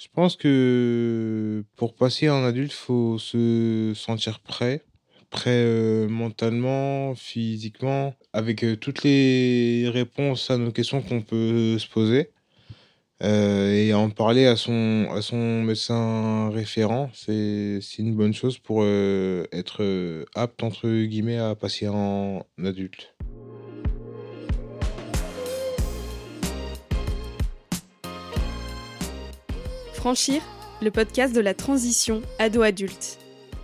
Je pense que pour passer en adulte, faut se sentir prêt. Prêt, mentalement, physiquement, avec, toutes les réponses à nos questions qu'on peut se poser, et en parler à son médecin référent. C'est une bonne chose pour, être, «apte» entre guillemets à passer en adulte. Franchir, le podcast de la transition ado-adulte.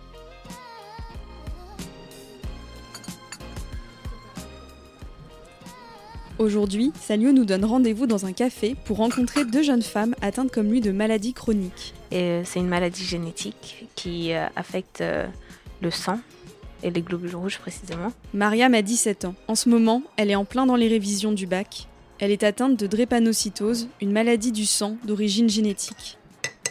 Aujourd'hui, Salio nous donne rendez-vous dans un café pour rencontrer deux jeunes femmes atteintes comme lui de maladies chroniques. Et c'est une maladie génétique qui affecte le sang et les globules rouges précisément. Mariam a 17 ans. En ce moment, elle est en plein dans les révisions du bac. Elle est atteinte de drépanocytose, une maladie du sang d'origine génétique.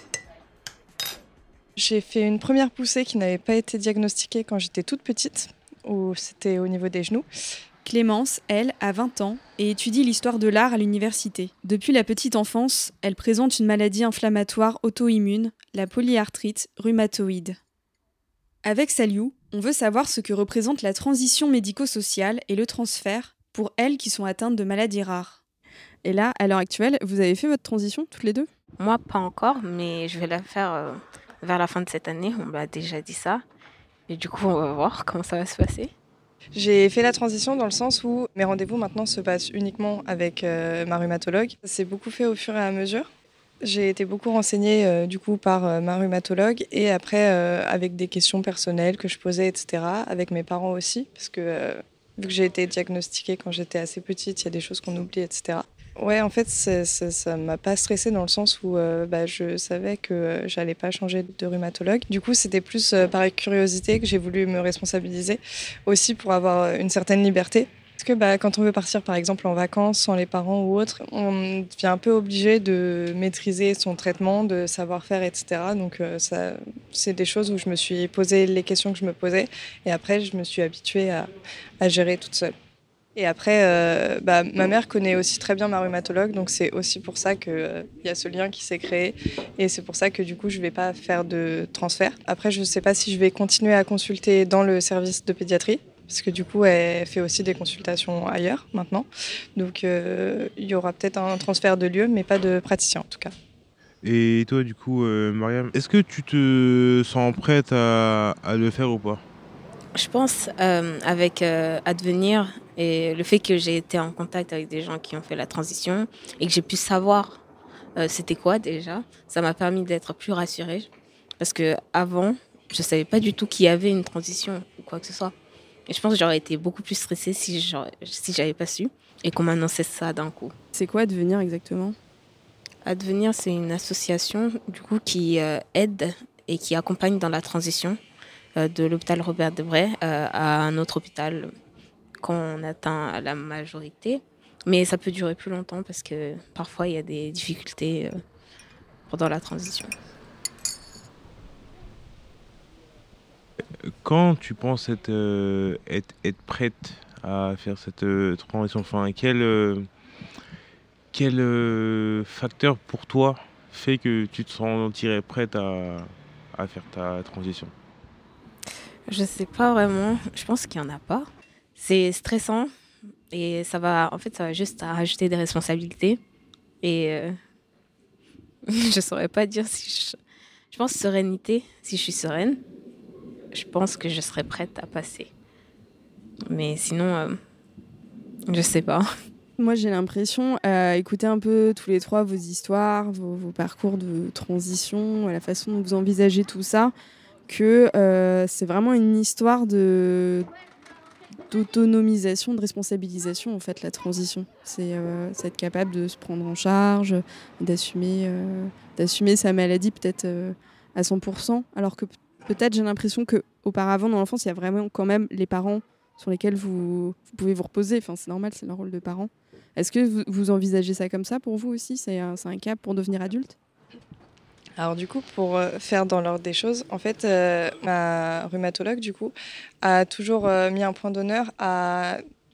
J'ai fait une première poussée qui n'avait pas été diagnostiquée quand j'étais toute petite, où c'était au niveau des genoux. Clémence, elle, a 20 ans et étudie l'histoire de l'art à l'université. Depuis la petite enfance, elle présente une maladie inflammatoire auto-immune, la polyarthrite rhumatoïde. Avec Saliou, on veut savoir ce que représente la transition médico-sociale et le transfert pour elles qui sont atteintes de maladies rares. Et là, à l'heure actuelle, vous avez fait votre transition toutes les deux ? Moi, pas encore, mais je vais la faire vers la fin de cette année. On m'a déjà dit ça. Et du coup, on va voir comment ça va se passer. J'ai fait la transition dans le sens où mes rendez-vous maintenant se passent uniquement avec ma rhumatologue. C'est beaucoup fait au fur et à mesure. J'ai été beaucoup renseignée du coup par ma rhumatologue et après avec des questions personnelles que je posais, etc. Avec mes parents aussi, parce que vu que j'ai été diagnostiquée quand j'étais assez petite, il y a des choses qu'on oublie, etc. Ouais, en fait, ça m'a pas stressée dans le sens où je savais que j'allais pas changer de rhumatologue. Du coup, c'était plus par curiosité que j'ai voulu me responsabiliser, aussi pour avoir une certaine liberté. Parce que quand on veut partir, par exemple, en vacances sans les parents ou autre, on devient un peu obligé de maîtriser son traitement, de savoir-faire, etc. Donc, c'est des choses où je me suis posé les questions que je me posais. Et après, je me suis habituée à gérer toute seule. Et après, ma mère connaît aussi très bien ma rhumatologue, donc c'est aussi pour ça qu'il y a ce lien qui s'est créé. Et c'est pour ça que du coup, je ne vais pas faire de transfert. Après, je ne sais pas si je vais continuer à consulter dans le service de pédiatrie, parce que du coup, elle fait aussi des consultations ailleurs maintenant. Donc, il y aura peut-être un transfert de lieu, mais pas de praticien en tout cas. Et toi, du coup, Mariam, est-ce que tu te sens prête à le faire ou pas? Je pense avec Advenir et le fait que j'ai été en contact avec des gens qui ont fait la transition et que j'ai pu savoir c'était quoi déjà, ça m'a permis d'être plus rassurée. Parce que avant, je savais pas du tout qu'il y avait une transition ou quoi que ce soit. Et je pense que j'aurais été beaucoup plus stressée si j'avais pas su et qu'on m'annonçait ça d'un coup. C'est quoi devenir exactement ? Advenir, c'est une association du coup qui aide et qui accompagne dans la transition de l'hôpital Robert Debré à un autre hôpital quand on atteint la majorité. Mais ça peut durer plus longtemps parce que parfois il y a des difficultés pendant la transition. Quand tu penses être prête à faire cette transition, enfin, quel facteur pour toi fait que tu te sentirais prête à faire ta transition? Je sais pas vraiment. Je pense qu'il y en a pas. C'est stressant et ça va juste à rajouter des responsabilités. Et je saurais pas dire si je pense sérénité. Si je suis sereine, je pense que je serais prête à passer. Mais sinon, je sais pas. Moi, j'ai l'impression, à écouter un peu tous les trois vos histoires, vos parcours de transition, la façon dont vous envisagez tout ça, que c'est vraiment une histoire d'autonomisation, de responsabilisation, en fait, la transition. C'est être capable de se prendre en charge, d'assumer sa maladie peut-être à 100%, alors que peut-être j'ai l'impression qu'auparavant, dans l'enfance, il y a vraiment quand même les parents sur lesquels vous pouvez vous reposer. Enfin, c'est normal, c'est le rôle de parent. Est-ce que vous envisagez ça comme ça pour vous aussi ? C'est un cap pour devenir adulte ? Alors du coup, pour faire dans l'ordre des choses, en fait, ma rhumatologue, du coup, a toujours mis un point d'honneur à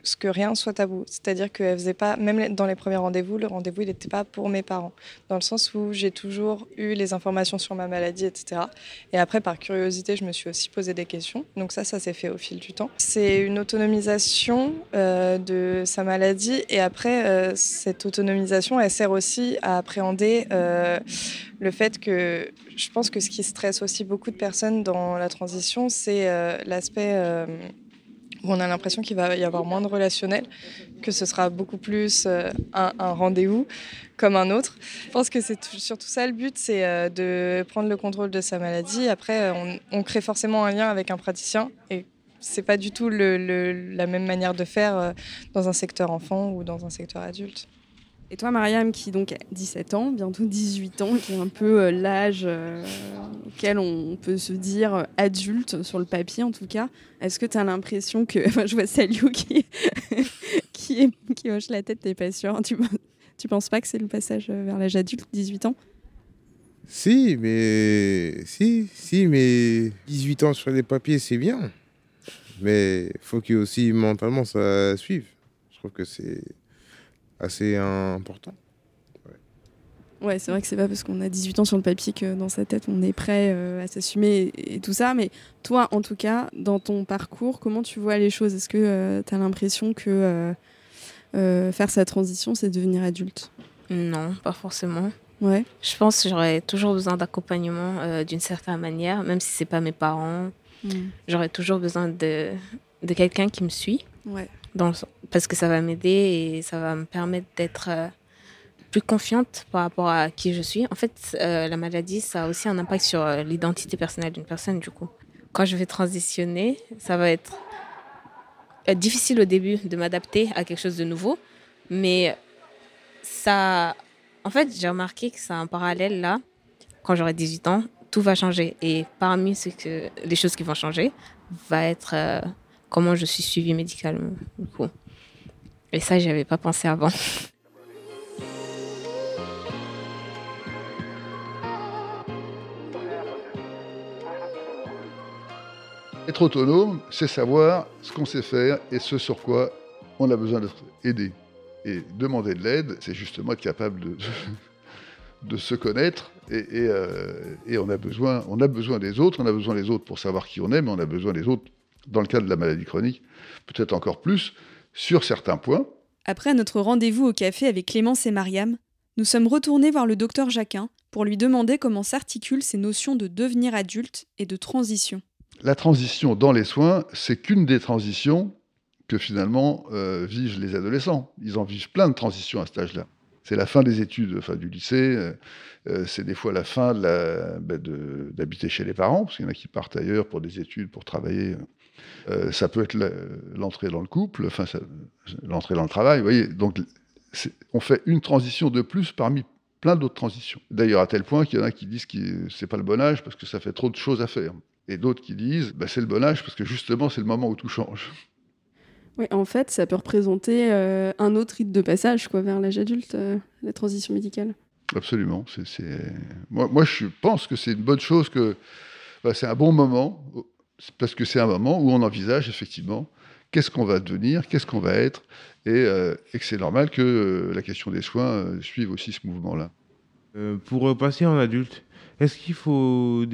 ce que rien soit tabou. C'est-à-dire qu'elle faisait pas, même dans les premiers rendez-vous, le rendez-vous, il n'était pas pour mes parents. Dans le sens où j'ai toujours eu les informations sur ma maladie, etc. Et après, par curiosité, je me suis aussi posé des questions. Donc ça s'est fait au fil du temps. C'est une autonomisation de sa maladie. Et après, cette autonomisation, elle sert aussi à appréhender le fait que je pense que ce qui stresse aussi beaucoup de personnes dans la transition, c'est l'aspect où on a l'impression qu'il va y avoir moins de relationnel, que ce sera beaucoup plus un rendez-vous comme un autre. Je pense que c'est surtout ça le but, c'est de prendre le contrôle de sa maladie. Après, on crée forcément un lien avec un praticien et c'est pas du tout la même manière de faire dans un secteur enfant ou dans un secteur adulte. Et toi, Mariam, qui donc a 17 ans, bientôt 18 ans, qui est un peu l'âge auquel on peut se dire adulte, sur le papier en tout cas, est-ce que tu as l'impression que... Enfin, je vois Saliou qui hoche la tête, t'es pas sûr. Tu penses pas que c'est le passage vers l'âge adulte, 18 ans ? Si, mais 18 ans sur les papiers, c'est bien. Mais il faut que aussi mentalement ça suive. Je trouve que c'est assez important. Ouais, c'est vrai que c'est pas parce qu'on a 18 ans sur le papier que dans sa tête on est prêt à s'assumer et tout ça. Mais toi, en tout cas, dans ton parcours, comment tu vois les choses ? Est-ce que tu as l'impression que faire sa transition, c'est devenir adulte ? Non, pas forcément. Ouais. Je pense que j'aurais toujours besoin d'accompagnement d'une certaine manière, même si c'est pas mes parents. J'aurais toujours besoin de quelqu'un qui me suit. Ouais. Parce que ça va m'aider et ça va me permettre d'être plus confiante par rapport à qui je suis. En fait, la maladie, ça a aussi un impact sur l'identité personnelle d'une personne, du coup. Quand je vais transitionner, ça va être difficile au début de m'adapter à quelque chose de nouveau, mais ça... En fait, j'ai remarqué que c'est un parallèle là. Quand j'aurai 18 ans, tout va changer. Et parmi les choses qui vont changer, va être comment je suis suivie médicalement, du coup. Et ça, j'y avais pas pensé avant. Être autonome, c'est savoir ce qu'on sait faire et ce sur quoi on a besoin d'être aidé. Et demander de l'aide, c'est justement être capable de se connaître. Et on a besoin des autres. On a besoin des autres pour savoir qui on est, mais on a besoin des autres, dans le cas de la maladie chronique, peut-être encore plus, sur certains points. Après notre rendez-vous au café avec Clémence et Mariam, nous sommes retournés voir le docteur Jacquin pour lui demander comment s'articulent ces notions de devenir adulte et de transition. La transition dans les soins, c'est qu'une des transitions que finalement vivent les adolescents. Ils en vivent plein de transitions à cet âge-là. C'est la fin des études, du lycée, c'est des fois la fin d'habiter chez les parents, parce qu'il y en a qui partent ailleurs pour des études, pour travailler. Ça peut être l'entrée dans le couple, l'entrée dans le travail. Vous voyez, donc on fait une transition de plus parmi plein d'autres transitions. D'ailleurs, à tel point qu'il y en a qui disent que c'est pas le bon âge parce que ça fait trop de choses à faire. Et d'autres qui disent c'est le bon âge parce que justement c'est le moment où tout change. Oui, en fait, ça peut représenter un autre rite de passage vers l'âge adulte, la transition médicale. Absolument. Moi, je pense que c'est une bonne chose, que c'est un bon moment, parce que c'est un moment où on envisage effectivement qu'est-ce qu'on va devenir, qu'est-ce qu'on va être, et que c'est normal que la question des soins suive aussi ce mouvement-là. Pour passer en adulte, est-ce qu'il faut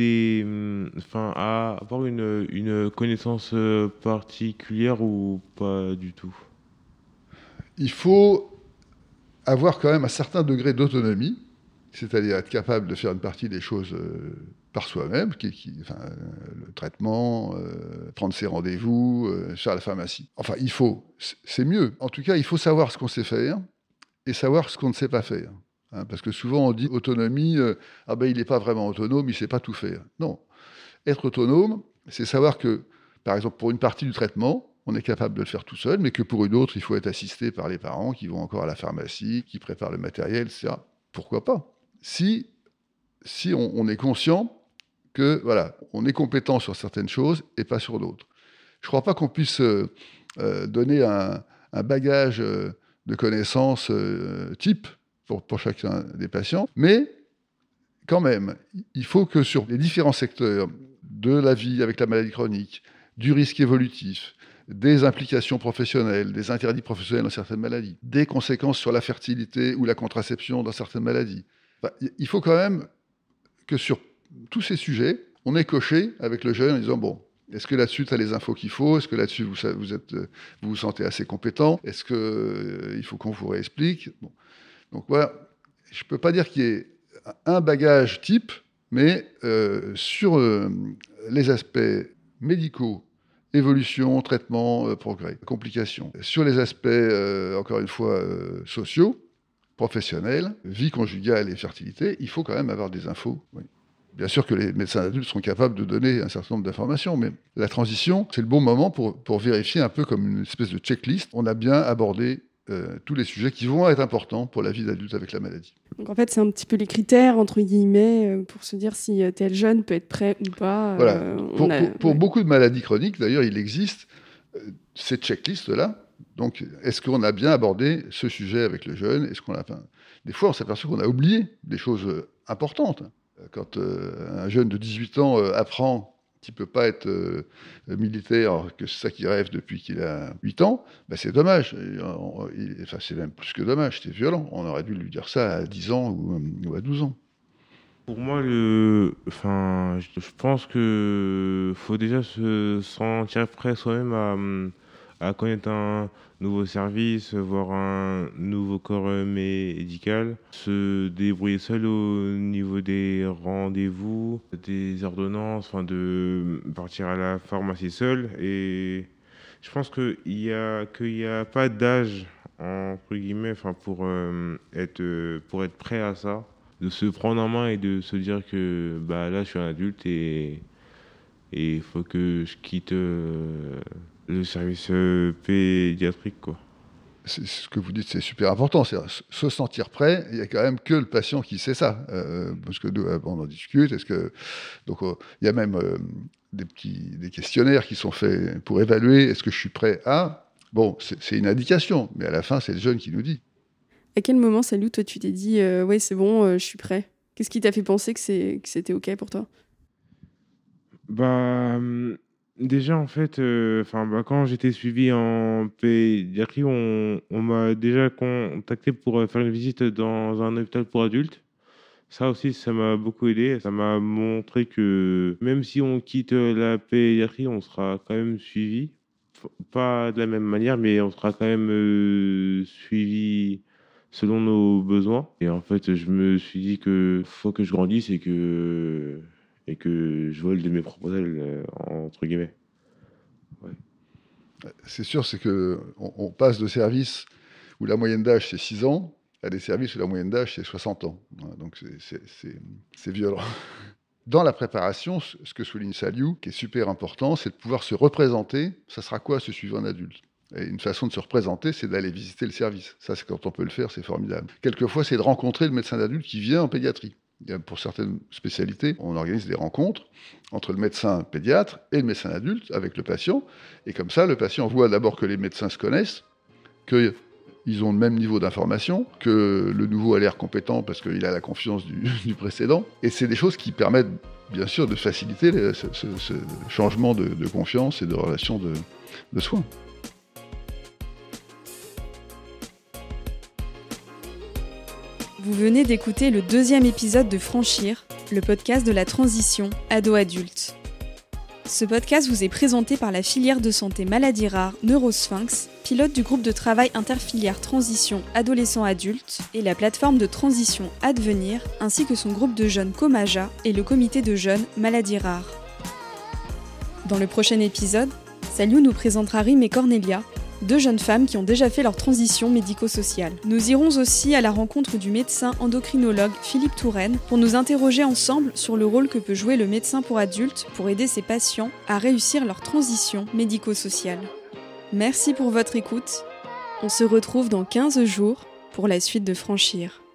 avoir une connaissance particulière ou pas du tout ? Il faut avoir quand même un certain degré d'autonomie, c'est-à-dire être capable de faire une partie des choses par soi-même, le traitement, prendre ses rendez-vous, faire la pharmacie. Enfin, c'est mieux. En tout cas, il faut savoir ce qu'on sait faire et savoir ce qu'on ne sait pas faire. Parce que souvent on dit autonomie, il n'est pas vraiment autonome, il ne sait pas tout faire. Non, être autonome, c'est savoir que, par exemple, pour une partie du traitement, on est capable de le faire tout seul, mais que pour une autre, il faut être assisté par les parents qui vont encore à la pharmacie, qui préparent le matériel, etc. Pourquoi pas ? Si on est conscient que, on est compétent sur certaines choses et pas sur d'autres. Je ne crois pas qu'on puisse donner un bagage de connaissances type pour chacun des patients, mais quand même, il faut que sur les différents secteurs de la vie avec la maladie chronique, du risque évolutif, des implications professionnelles, des interdits professionnels dans certaines maladies, des conséquences sur la fertilité ou la contraception dans certaines maladies. Enfin, il faut quand même que sur tous ces sujets, on ait coché avec le jeune en disant, bon, est-ce que là-dessus, tu as les infos qu'il faut ? Est-ce que là-dessus, vous vous sentez assez compétent ? Est-ce qu'il faut qu'on vous réexplique ? Bon. Donc voilà, je ne peux pas dire qu'il y ait un bagage type, mais sur les aspects médicaux, évolution, traitement, progrès, complications. Sur les aspects, encore une fois, sociaux, professionnels, vie conjugale et fertilité, il faut quand même avoir des infos. Oui. Bien sûr que les médecins adultes sont capables de donner un certain nombre d'informations, mais la transition, c'est le bon moment pour vérifier un peu comme une espèce de checklist. On a bien abordé tous les sujets qui vont être importants pour la vie d'adulte avec la maladie. Donc en fait, c'est un petit peu les critères, entre guillemets, pour se dire si tel jeune peut être prêt ou pas. Voilà. Pour beaucoup de maladies chroniques, d'ailleurs, il existe ces checklists-là. Donc, est-ce qu'on a bien abordé ce sujet avec le jeune ? Est-ce qu'on a... Des fois, on s'aperçoit qu'on a oublié des choses importantes. Quand un jeune de 18 ans apprend qu'il ne peut pas être militaire, que c'est ça qu'il rêve depuis qu'il a 8 ans, ben c'est dommage. C'est même plus que dommage, c'est violent. On aurait dû lui dire ça à 10 ans ou à 12 ans. Pour moi, je pense qu'il faut déjà se sentir prêt soi-même à connaître un nouveau service, voir un nouveau corps médical, se débrouiller seul au niveau des rendez-vous, des ordonnances, de partir à la pharmacie seul. Et je pense qu'il y a pas d'âge, entre guillemets, pour être prêt à ça, de se prendre en main et de se dire que là, je suis un adulte et il faut que je quitte le service pédiatrique, quoi. C'est ce que vous dites, c'est super important. C'est se sentir prêt. Il n'y a quand même que le patient qui sait ça, parce que on en discute. Donc il y a même des questionnaires qui sont faits pour évaluer est-ce que je suis prêt à. Bon, c'est une indication, mais à la fin, c'est le jeune qui nous dit. À quel moment, Salou, toi, tu t'es dit ouais, c'est bon, je suis prêt ? Qu'est-ce qui t'a fait penser que c'était OK pour toi ? Déjà, en fait, quand j'étais suivi en pédiatrie, on m'a déjà contacté pour faire une visite dans un hôpital pour adultes. Ça aussi, ça m'a beaucoup aidé. Ça m'a montré que même si on quitte la pédiatrie, on sera quand même suivi. Pas de la même manière, mais on sera quand même suivi selon nos besoins. Et en fait, je me suis dit que faut que je grandisse et que je vole de mes propres ailes, entre guillemets. Ouais. C'est sûr, c'est qu'on passe de services où la moyenne d'âge, c'est 6 ans, à des services où la moyenne d'âge, c'est 60 ans. Donc, c'est violent. Dans la préparation, ce que souligne Saliou, qui est super important, c'est de pouvoir se représenter. Ça sera quoi, ce suivi en adulte ? Et une façon de se représenter, c'est d'aller visiter le service. Ça, c'est quand on peut le faire, c'est formidable. Quelquefois, c'est de rencontrer le médecin d'adulte qui vient en pédiatrie. Pour certaines spécialités, on organise des rencontres entre le médecin pédiatre et le médecin adulte avec le patient. Et comme ça, le patient voit d'abord que les médecins se connaissent, qu'ils ont le même niveau d'information, que le nouveau a l'air compétent parce qu'il a la confiance du précédent. Et c'est des choses qui permettent, bien sûr, de faciliter ce changement de confiance et de relation de soins. Vous venez d'écouter le 2e épisode de Franchir, le podcast de la transition ado-adulte. Ce podcast vous est présenté par la filière de santé maladies rares Neurosphinx, pilote du groupe de travail interfilière transition adolescent-adulte et la plateforme de transition Advenir, ainsi que son groupe de jeunes Comaja et le comité de jeunes maladies rares. Dans le prochain épisode, Saliou nous présentera Rim et Cornelia, 2 jeunes femmes qui ont déjà fait leur transition médico-sociale. Nous irons aussi à la rencontre du médecin endocrinologue Philippe Touraine pour nous interroger ensemble sur le rôle que peut jouer le médecin pour adultes pour aider ses patients à réussir leur transition médico-sociale. Merci pour votre écoute. On se retrouve dans 15 jours pour la suite de Franchir.